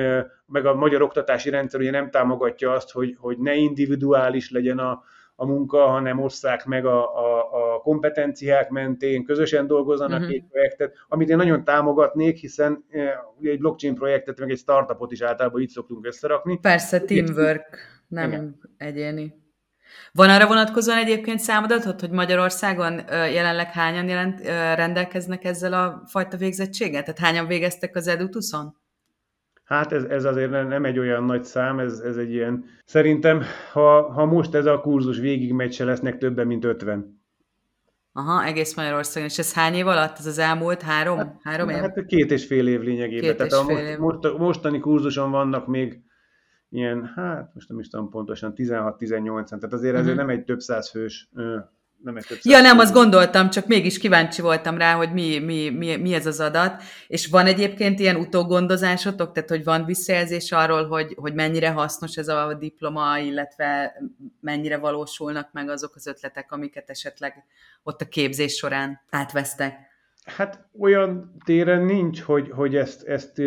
meg a magyar oktatási rendszer ugye nem támogatja azt, hogy, hogy ne individuális legyen a, a munka, hanem osszák meg a, a, a kompetenciák mentén, közösen dolgozzanak uh-huh. egy projektet, amit én nagyon támogatnék, hiszen ugye egy blockchain projektet, meg egy startupot is általában így szoktunk összerakni. Persze, teamwork, nem igen. egyéni. Van arra vonatkozóan egyébként számadat, hogy Magyarországon jelenleg hányan jelent, rendelkeznek ezzel a fajta végzettséggel? Tehát hányan végeztek az edutuszon? Hát ez, ez azért nem egy olyan nagy szám, ez, ez egy ilyen... Szerintem, ha, ha most ez a kurzus végigmegy, se lesznek többen, mint ötven. Aha, egész Magyarországon. És ez hány év alatt? Ez az elmúlt három, hát, három év? Hát két és fél év lényegében. Két Tehát a fél év. most, most, mostani kurzuson vannak még ilyen, hát most nem is tudom pontosan, tizenhat-tizennyolcan, tehát azért uh-huh. ezért nem egy több száz fős... Nem egy több száz ja, nem, fős. Azt gondoltam, csak mégis kíváncsi voltam rá, hogy mi, mi, mi, mi ez az adat. És van egyébként ilyen utógondozásotok, tehát hogy van visszajelzés arról, hogy, hogy mennyire hasznos ez a diploma, illetve mennyire valósulnak meg azok az ötletek, amiket esetleg ott a képzés során átvesztek? Hát olyan téren nincs, hogy, hogy ezt... ezt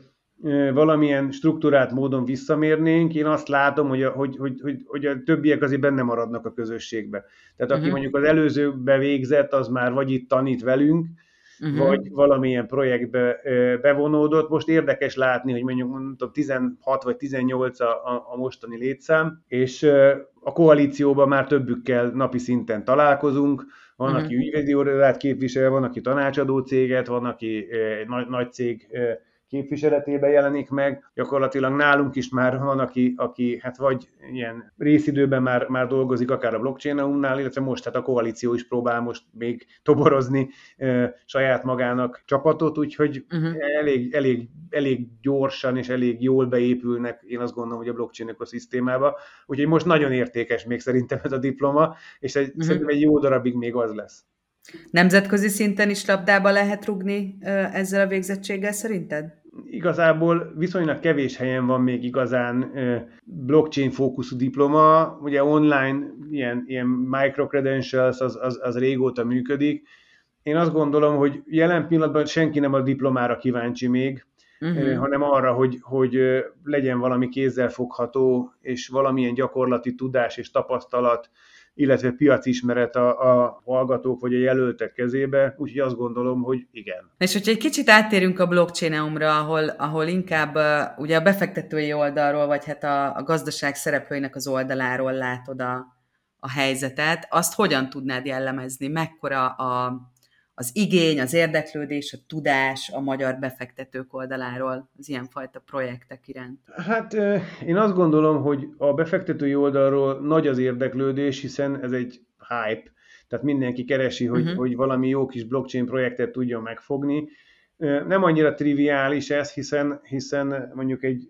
valamilyen struktúrált módon visszamérnénk. Én azt látom, hogy a, hogy, hogy, hogy, hogy a többiek azért benne maradnak a közösségbe. Tehát aki uh-huh. mondjuk az előzőbe végzett, az már vagy itt tanít velünk, uh-huh. vagy valamilyen projektbe bevonódott. Most érdekes látni, hogy mondjuk mondom, tizenhat vagy tizennyolc a, a mostani létszám, és a koalícióban már többükkel napi szinten találkozunk. Van, uh-huh. aki ügyvédi irodát képvisel, van, aki tanácsadó céget, van, aki egy nagy, nagy cég képviseletében jelenik meg. Gyakorlatilag nálunk is már van, aki, aki hát vagy ilyen részidőben már, már dolgozik, akár a blockchain-nál, illetve most hát a koalíció is próbál most még toborozni e, saját magának csapatot, úgyhogy uh-huh. elég, elég, elég gyorsan és elég jól beépülnek, én azt gondolom, hogy a blockchain ökoszisztémába. Úgyhogy most nagyon értékes még szerintem ez a diploma, és egy, uh-huh. szerintem egy jó darabig még az lesz. Nemzetközi szinten is labdába lehet rugni ezzel a végzettséggel szerinted? Igazából viszonylag kevés helyen van még igazán blockchain fókuszú diploma. Ugye online ilyen, ilyen microcredentials az, az, az régóta működik. Én azt gondolom, hogy jelen pillanatban senki nem a diplomára kíváncsi még, uh-huh. hanem arra, hogy, hogy legyen valami kézzelfogható és valamilyen gyakorlati tudás és tapasztalat, illetve piacismeret a, a hallgatók vagy a jelöltek kezébe, úgyhogy azt gondolom, hogy igen. És hogyha egy kicsit áttérünk a blockchain-umra, ahol, ahol inkább uh, ugye a befektetői oldalról, vagy hát a, a gazdaság szereplőinek az oldaláról látod a, a helyzetet, azt hogyan tudnád jellemezni? Mekkora a, az igény, az érdeklődés, a tudás a magyar befektetők oldaláról az ilyenfajta projektek iránt? Hát én azt gondolom, hogy a befektetői oldalról nagy az érdeklődés, hiszen ez egy hype, tehát mindenki keresi, hogy, uh-huh. hogy valami jó kis blockchain projektet tudjon megfogni. Nem annyira triviális ez, hiszen, hiszen mondjuk egy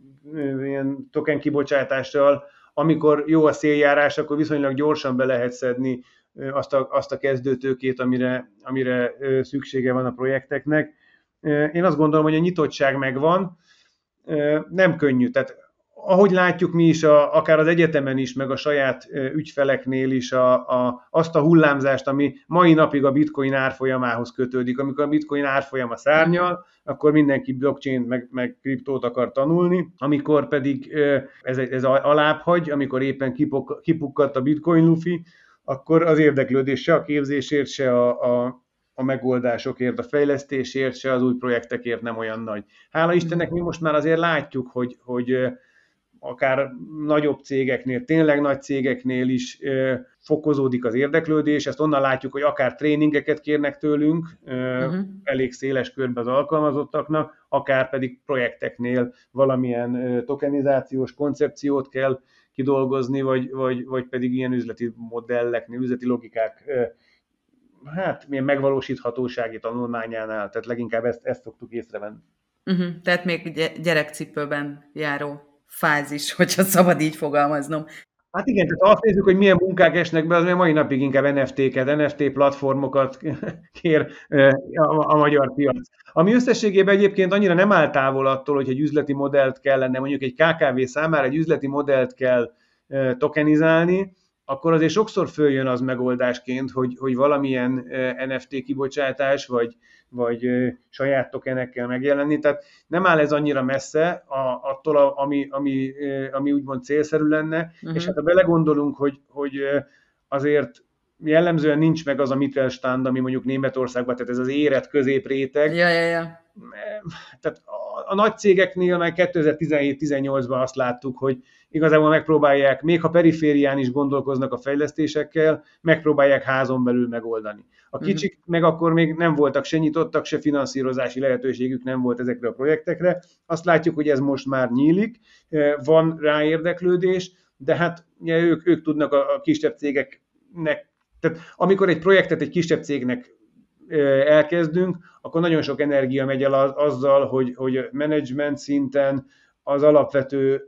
ilyen token kibocsátással, amikor jó a széljárás, akkor viszonylag gyorsan be lehet szedni azt a, azt a kezdőtőkét, amire, amire szüksége van a projekteknek. Én azt gondolom, hogy a nyitottság megvan, nem könnyű. Tehát ahogy látjuk mi is, a, akár az egyetemen is, meg a saját ügyfeleknél is a, a, azt a hullámzást, ami mai napig a bitcoin árfolyamához kötődik. Amikor a bitcoin árfolyama szárnyal, akkor mindenki blockchain meg, meg kriptót akar tanulni, amikor pedig ez, ez alább hagy, amikor éppen kipuk, kipukkadt a bitcoin lufi, akkor az érdeklődés se a képzésért, se a, a a megoldásokért, a fejlesztésért, se az új projektekért nem olyan nagy. Hála Istennek mi most már azért látjuk, hogy, hogy akár nagyobb cégeknél, tényleg nagy cégeknél is fokozódik az érdeklődés, ezt onnan látjuk, hogy akár tréningeket kérnek tőlünk, uh-huh. elég széles körben az alkalmazottaknak, akár pedig projekteknél valamilyen tokenizációs koncepciót kell kidolgozni, vagy, vagy, vagy pedig ilyen üzleti modelleknél, üzleti logikák hát milyen megvalósíthatósági tanulmányánál, tehát leginkább ezt, ezt szoktuk észrevenni. Uh-huh. Tehát még gyerekcipőben járó fázis, hogyha szabad így fogalmaznom. Hát igen, tehát azt nézzük, hogy milyen munkák esnek be, az még mai napig inkább en ef té-ket, en ef té platformokat kér a, a magyar piac. Ami összességében egyébként annyira nem áll távol attól, hogy egy üzleti modellt kellene, mondjuk egy ká ká vé számára egy üzleti modellt kell tokenizálni, akkor azért sokszor följön az megoldásként, hogy, hogy valamilyen en ef té kibocsátás, vagy, vagy saját tokenekkel megjelenni. Tehát nem áll ez annyira messze a, attól, a, ami, ami, ami úgymond célszerű lenne, uh-huh. és hát ha belegondolunk, hogy, hogy azért jellemzően nincs meg az a Mittelstand, ami mondjuk Németországban, tehát ez az érett középréteg. Ja, ja, ja. Tehát a, a nagy cégeknél már kétezer-tizenhét-tizennyolcban azt láttuk, hogy igazából megpróbálják, még ha periférián is gondolkoznak a fejlesztésekkel, megpróbálják házon belül megoldani. A kicsik uh-huh. meg akkor még nem voltak, se nyitottak, se finanszírozási lehetőségük nem volt ezekre a projektekre. Azt látjuk, hogy ez most már nyílik, van rá érdeklődés, de hát ugye, ők, ők tudnak a, a kisebb cégeknek, tehát amikor egy projektet egy kisebb cégnek elkezdünk, akkor nagyon sok energia megy el azzal, hogy, hogy menedzsment szinten az alapvető,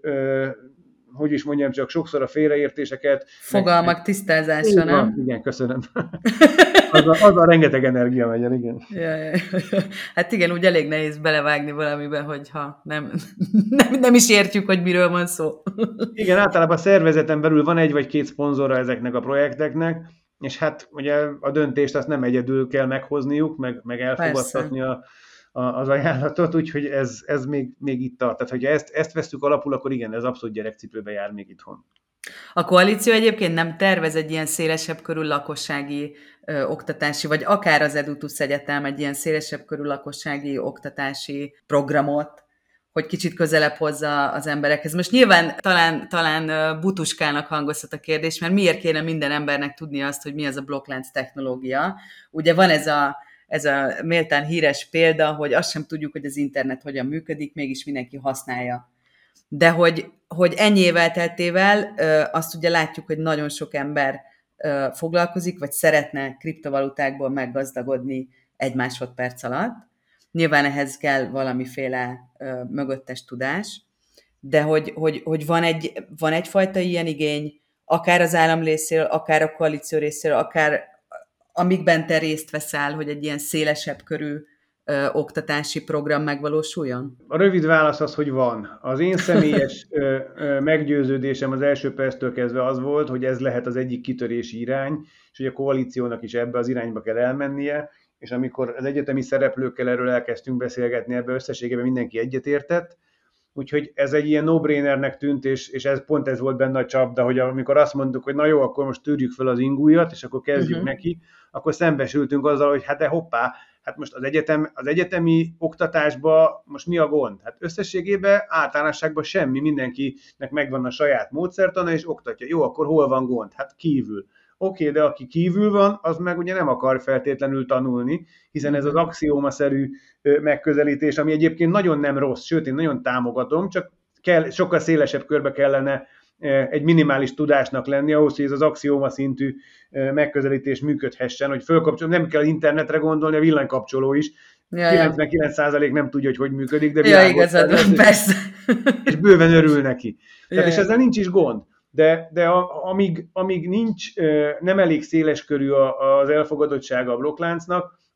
hogy is mondjam, csak sokszor a félreértéseket. Fogalmak meg, tisztázása, nem? Van, igen, köszönöm. az, a, az a rengeteg energia megy el, igen. Ja, ja, ja. Hát igen, úgy elég nehéz belevágni valamiben, hogyha nem, nem, nem is értjük, hogy miről van szó. Igen, általában a szervezeten belül van egy vagy két szponzora ezeknek a projekteknek, és hát ugye a döntést azt nem egyedül kell meghozniuk, meg, meg elfogadtatni a, a, az ajánlatot, úgyhogy ez, ez még, még itt tart. Tehát, hogyha ezt, ezt vesztük alapul, akkor igen, ez abszolút gyerekcipőbe jár még itthon. A koalíció egyébként nem tervez egy ilyen szélesebb körű lakossági ö, oktatási, vagy akár az Edutus Egyetem egy ilyen szélesebb körű lakossági oktatási programot, hogy kicsit közelebb hozza az emberekhez. Most nyilván talán, talán butuskának hangozhat a kérdés, mert miért kéne minden embernek tudni azt, hogy mi az a blokklánc technológia. Ugye van ez a, ez a méltán híres példa, hogy azt sem tudjuk, hogy az internet hogyan működik, mégis mindenki használja. De hogy, hogy ennyi év elteltével azt ugye látjuk, hogy nagyon sok ember foglalkozik, vagy szeretne kriptovalutákból meggazdagodni egy másodperc alatt. Nyilván ehhez kell valamiféle ö, mögöttes tudás, de hogy, hogy, hogy van, egy, van egyfajta ilyen igény, akár az állam részéről, akár a koalíció részéről, akár amikben te részt veszel, hogy egy ilyen szélesebb körű ö, oktatási program megvalósuljon? A rövid válasz az, hogy van. Az én személyes ö, ö, meggyőződésem az első perctől kezdve az volt, hogy ez lehet az egyik kitörési irány, és hogy a koalíciónak is ebbe az irányba kell elmennie, és amikor az egyetemi szereplőkkel erről elkezdtünk beszélgetni, ebbe összességében mindenki egyetértett, úgyhogy ez egy ilyen no-brainernek tűnt, és, és ez pont ez volt benne a csapda, hogy amikor azt mondtuk, hogy na jó, akkor most tűrjük fel az ingújat, és akkor kezdjük uh-huh. neki, akkor szembesültünk azzal, hogy hát de hoppá, hát most az, egyetem, az egyetemi oktatásban most mi a gond? Hát összességében általánosságban semmi, mindenkinek megvan a saját módszertana, és oktatja. Jó, akkor hol van gond? Hát kívül. Oké, okay, de aki kívül van, az meg ugye nem akar feltétlenül tanulni, hiszen ez az axiómaszerű megközelítés, ami egyébként nagyon nem rossz, sőt, én nagyon támogatom, csak kell, sokkal szélesebb körbe kellene egy minimális tudásnak lenni ahhoz, hogy ez az axióma szintű megközelítés működhessen, hogy fölkapcsol, nem kell internetre gondolni, a villanykapcsoló is. Ja, kilencvenkilenc százalék nem tudja, hogy hogy működik, de ja, igazad van, persze. És bőven örül neki. Tehát, ja, és ezzel nincs is gond. De, de a, amíg, amíg nincs, nem elég széles körű az elfogadottsága a blokkláncnak,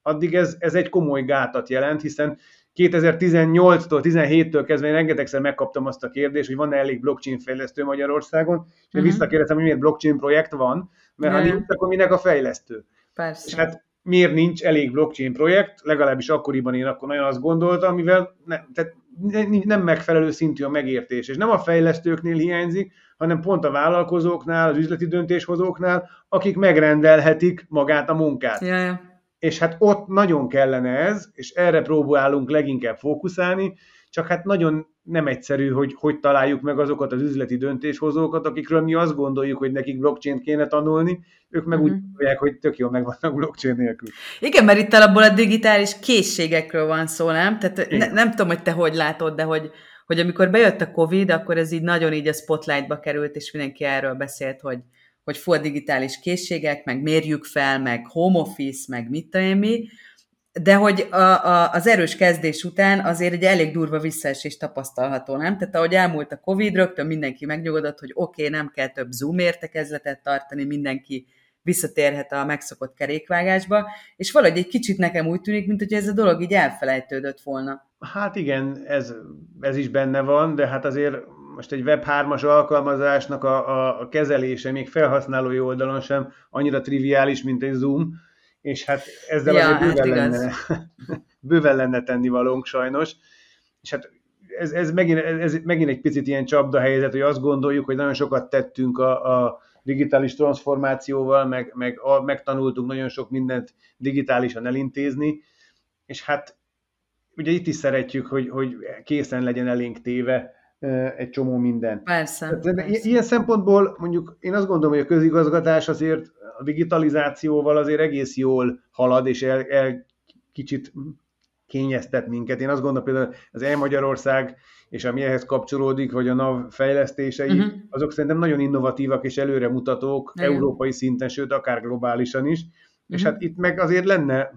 addig ez, ez egy komoly gátat jelent, hiszen kétezer-tizennyolctól, tizenhéttől kezdve én rengetegszer megkaptam azt a kérdést, hogy van-e elég blockchain fejlesztő Magyarországon, és én uh-huh. visszakérdeztem, hogy miért blockchain projekt van, mert ja, ha nincs, akkor minek a fejlesztő. Persze. És hát miért nincs elég blockchain projekt, legalábbis akkoriban én akkor nagyon azt gondoltam, mivel ne, tehát nem megfelelő szintű a megértés. És nem a fejlesztőknél hiányzik, hanem pont a vállalkozóknál, az üzleti döntéshozóknál, akik megrendelhetik magát a munkát. Ja, ja. És hát ott nagyon kellene ez, és erre próbálunk leginkább fókuszálni, csak hát nagyon nem egyszerű, hogy hogy találjuk meg azokat az üzleti döntéshozókat, akikről mi azt gondoljuk, hogy nekik blockchain-t kéne tanulni, ők meg uh-huh. úgy gondolják, hogy tök jól megvannak blockchain nélkül. Igen, mert itt alapból a digitális készségekről van szó, nem? Tehát ne, nem tudom, hogy te hogy látod, de hogy, hogy amikor bejött a Covid, akkor ez így nagyon így a spotlightba került, és mindenki erről beszélt, hogy hogy fú, a digitális készségek, meg mérjük fel, meg home office, meg mit tudom mi, de hogy a, a, az erős kezdés után azért egy elég durva visszaesés tapasztalható, nem? Tehát ahogy elmúlt a Covid, rögtön mindenki megnyugodott, hogy oké, okay, nem kell több Zoom értekezletet tartani, mindenki visszatérhet a megszokott kerékvágásba, és valahogy egy kicsit nekem úgy tűnik, mint hogy ez a dolog így elfelejtődött volna. Hát igen, ez, ez is benne van, de hát azért most egy web hármas alkalmazásnak a, a, a kezelése még felhasználói oldalon sem annyira triviális, mint egy Zoom, és hát ezzel ja, azért bőven, hát lenne, bőven lenne tennivalónk sajnos. És hát ez, ez, megint, ez megint egy picit ilyen csapdahelyzet, hogy azt gondoljuk, hogy nagyon sokat tettünk a, a digitális transformációval, meg, meg a, megtanultunk nagyon sok mindent digitálisan elintézni, és hát ugye itt is szeretjük, hogy, hogy készen legyen elénk téve egy csomó minden. Persze, persze. Ilyen szempontból mondjuk én azt gondolom, hogy a közigazgatás azért a digitalizációval azért egész jól halad, és el, el kicsit kényeztet minket. Én azt gondolom például az e-Magyarország, és ami ehhez kapcsolódik, vagy a NAV fejlesztései, uh-huh. azok szerintem nagyon innovatívak és előremutatók uh-huh. európai szinten, sőt akár globálisan is. Uh-huh. És hát itt meg azért lenne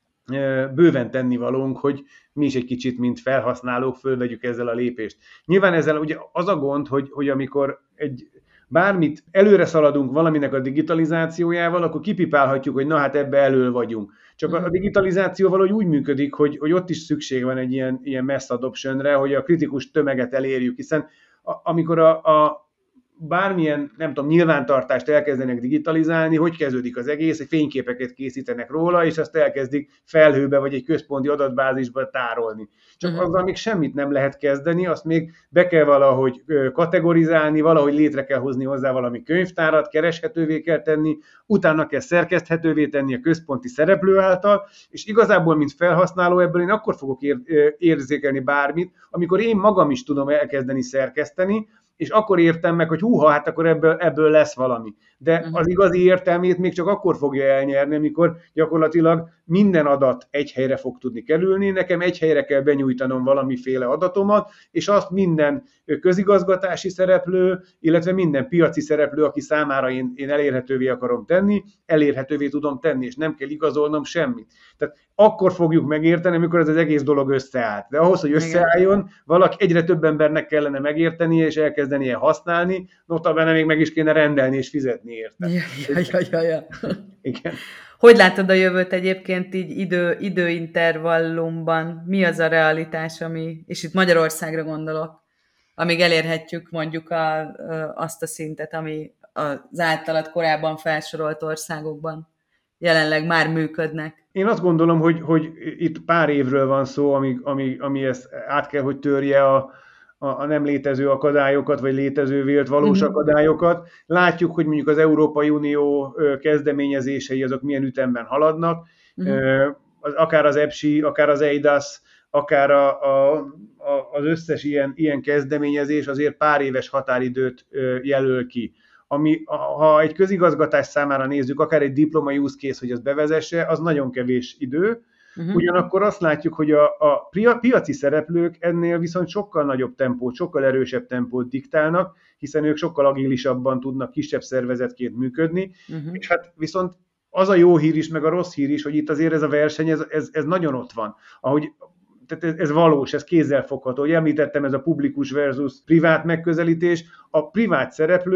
bőven tennivalónk, hogy mi is egy kicsit, mint felhasználók fölvegyük ezzel a lépést. Nyilván ezzel ugye az a gond, hogy, hogy amikor egy bármit előre szaladunk valaminek a digitalizációjával, akkor kipipálhatjuk, hogy na hát ebbe elől vagyunk. Csak a digitalizáció valahogy úgy működik, hogy, hogy ott is szükség van egy ilyen, ilyen mass adoptionre, hogy a kritikus tömeget elérjük, hiszen a, amikor a, a bármilyen, nem tudom, nyilvántartást elkezdenek digitalizálni, hogy kezdődik az egész, hogy fényképeket készítenek róla, és azt elkezdik felhőbe vagy egy központi adatbázisba tárolni. Csak uh-huh. azzal még semmit nem lehet kezdeni, azt még be kell valahogy kategorizálni, valahogy létre kell hozni hozzá valami könyvtárat, kereshetővé kell tenni, utána kell szerkeszthetővé tenni a központi szereplő által, és igazából, mint felhasználó, ebből én akkor fogok ér- érzékelni bármit, amikor én magam is tudom elkezdeni szerkeszteni, és akkor értem meg, hogy húha, hát akkor ebből, ebből lesz valami. De uh-huh. az igazi értelmét még csak akkor fogja elnyerni, amikor gyakorlatilag minden adat egy helyre fog tudni kerülni, nekem egy helyre kell benyújtanom valamiféle adatomat, és azt minden közigazgatási szereplő, illetve minden piaci szereplő, aki számára én, én elérhetővé akarom tenni, elérhetővé tudom tenni, és nem kell igazolnom semmit. Tehát akkor fogjuk megérteni, amikor ez az egész dolog összeállt. De ahhoz, hogy összeálljon, valaki egyre több embernek kellene megértenie, és elkezdenie használni, notabene még meg is kéne rendelni és fizetni érte. Ja, ja, ja, ja, ja. Igen. Hogy látod a jövőt egyébként így idő, időintervallumban? Mi az a realitás, ami, és itt Magyarországra gondolok, amíg elérhetjük mondjuk a, azt a szintet, ami az általad korábban felsorolt országokban jelenleg már működnek? Én azt gondolom, hogy, hogy itt pár évről van szó, ami, ami, ami ezt át kell, hogy törje a, a, a nem létező akadályokat, vagy létező vélt valós uh-huh. akadályokat. Látjuk, hogy mondjuk az Európai Unió kezdeményezései azok milyen ütemben haladnak, uh-huh. akár az e pé es i, akár az eidas, akár a, a, a, az összes ilyen, ilyen kezdeményezés azért pár éves határidőt jelöl ki. Ami, ha egy közigazgatás számára nézzük, akár egy diploma use case, hogy azt bevezesse, az nagyon kevés idő. Uh-huh. Ugyanakkor azt látjuk, hogy a, a piaci szereplők ennél viszont sokkal nagyobb tempót, sokkal erősebb tempót diktálnak, hiszen ők sokkal agilisabban tudnak kisebb szervezetként működni, uh-huh. és hát viszont az a jó hír is, meg a rossz hír is, hogy itt azért ez a verseny, ez, ez, ez nagyon ott van. Ahogy tehát ez, ez valós, ez kézzelfogható. Hogy említettem, ez a publikus versus privát megközelítés. A privát szereplők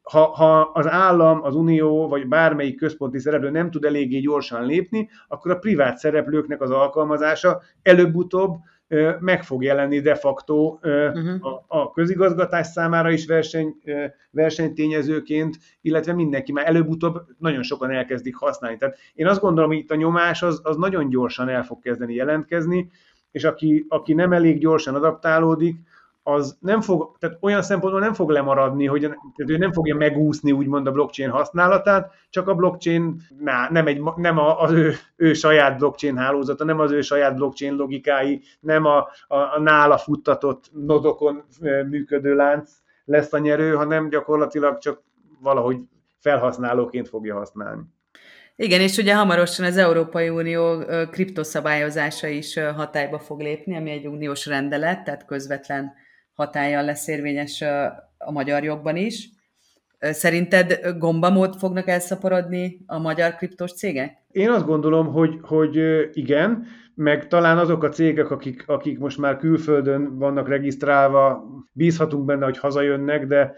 ha, ha az állam, az unió, vagy bármelyik központi szereplő nem tud eléggé gyorsan lépni, akkor a privát szereplőknek az alkalmazása előbb-utóbb meg fog jelenni de facto uh-huh. a, a közigazgatás számára is verseny, versenytényezőként, illetve mindenki már előbb-utóbb nagyon sokan elkezdik használni. Tehát én azt gondolom, hogy itt a nyomás az, az nagyon gyorsan el fog kezdeni jelentkezni, és aki, aki nem elég gyorsan adaptálódik, az nem fog, tehát olyan szempontból nem fog lemaradni, hogy tehát ő nem fogja megúszni úgymond a blockchain használatát, csak a blockchain ná, nem, egy, nem az ő, ő saját blockchain hálózata, nem az ő saját blockchain logikái, nem a, a, a nála futtatott nodokon működő lánc lesz a nyerő, hanem gyakorlatilag csak valahogy felhasználóként fogja használni. Igen, és ugye hamarosan az Európai Unió kriptoszabályozása is hatályba fog lépni, ami egy uniós rendelet, tehát közvetlen hatállyal lesz érvényes a magyar jogban is. Szerinted gombamód fognak elszaporodni a magyar kriptos cégek? Én azt gondolom, hogy, hogy igen, meg talán azok a cégek, akik, akik most már külföldön vannak regisztrálva, bízhatunk benne, hogy hazajönnek, de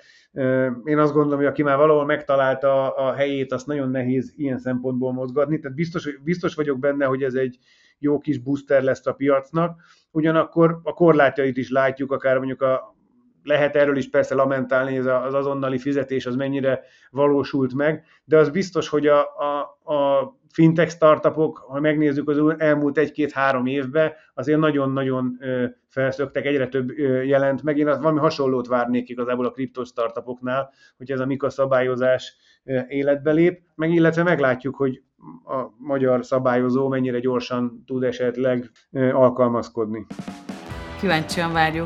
én azt gondolom, hogy aki már valahol megtalálta a helyét, azt nagyon nehéz ilyen szempontból mozgatni. Tehát biztos, biztos vagyok benne, hogy ez egy jó kis booster lesz a piacnak. Ugyanakkor a korlátjait is látjuk, akár mondjuk a, lehet erről is persze lamentálni, ez az azonnali fizetés az mennyire valósult meg, de az biztos, hogy a, a, a fintech startupok, ha megnézzük az elmúlt egy-két-három évben, azért nagyon-nagyon felszöktek, egyre több jelent meg. Én valami hasonlót várnék igazából a kriptos startupoknál, hogy ez a MiCA szabályozás életbe lép, meg illetve meglátjuk, hogy a magyar szabályozó mennyire gyorsan tud esetleg alkalmazkodni. Kíváncsian várjuk.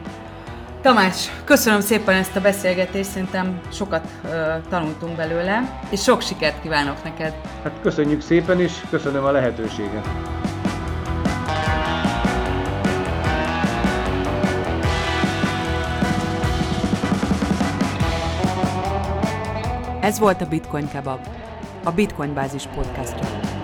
Tamás, köszönöm szépen ezt a beszélgetést, szerintem sokat uh, tanultunk belőle, és sok sikert kívánok neked. Hát köszönjük szépen, és köszönöm a lehetőséget. Ez volt a Bitcoin Kebab, a Bitcoin Bázis podcastja.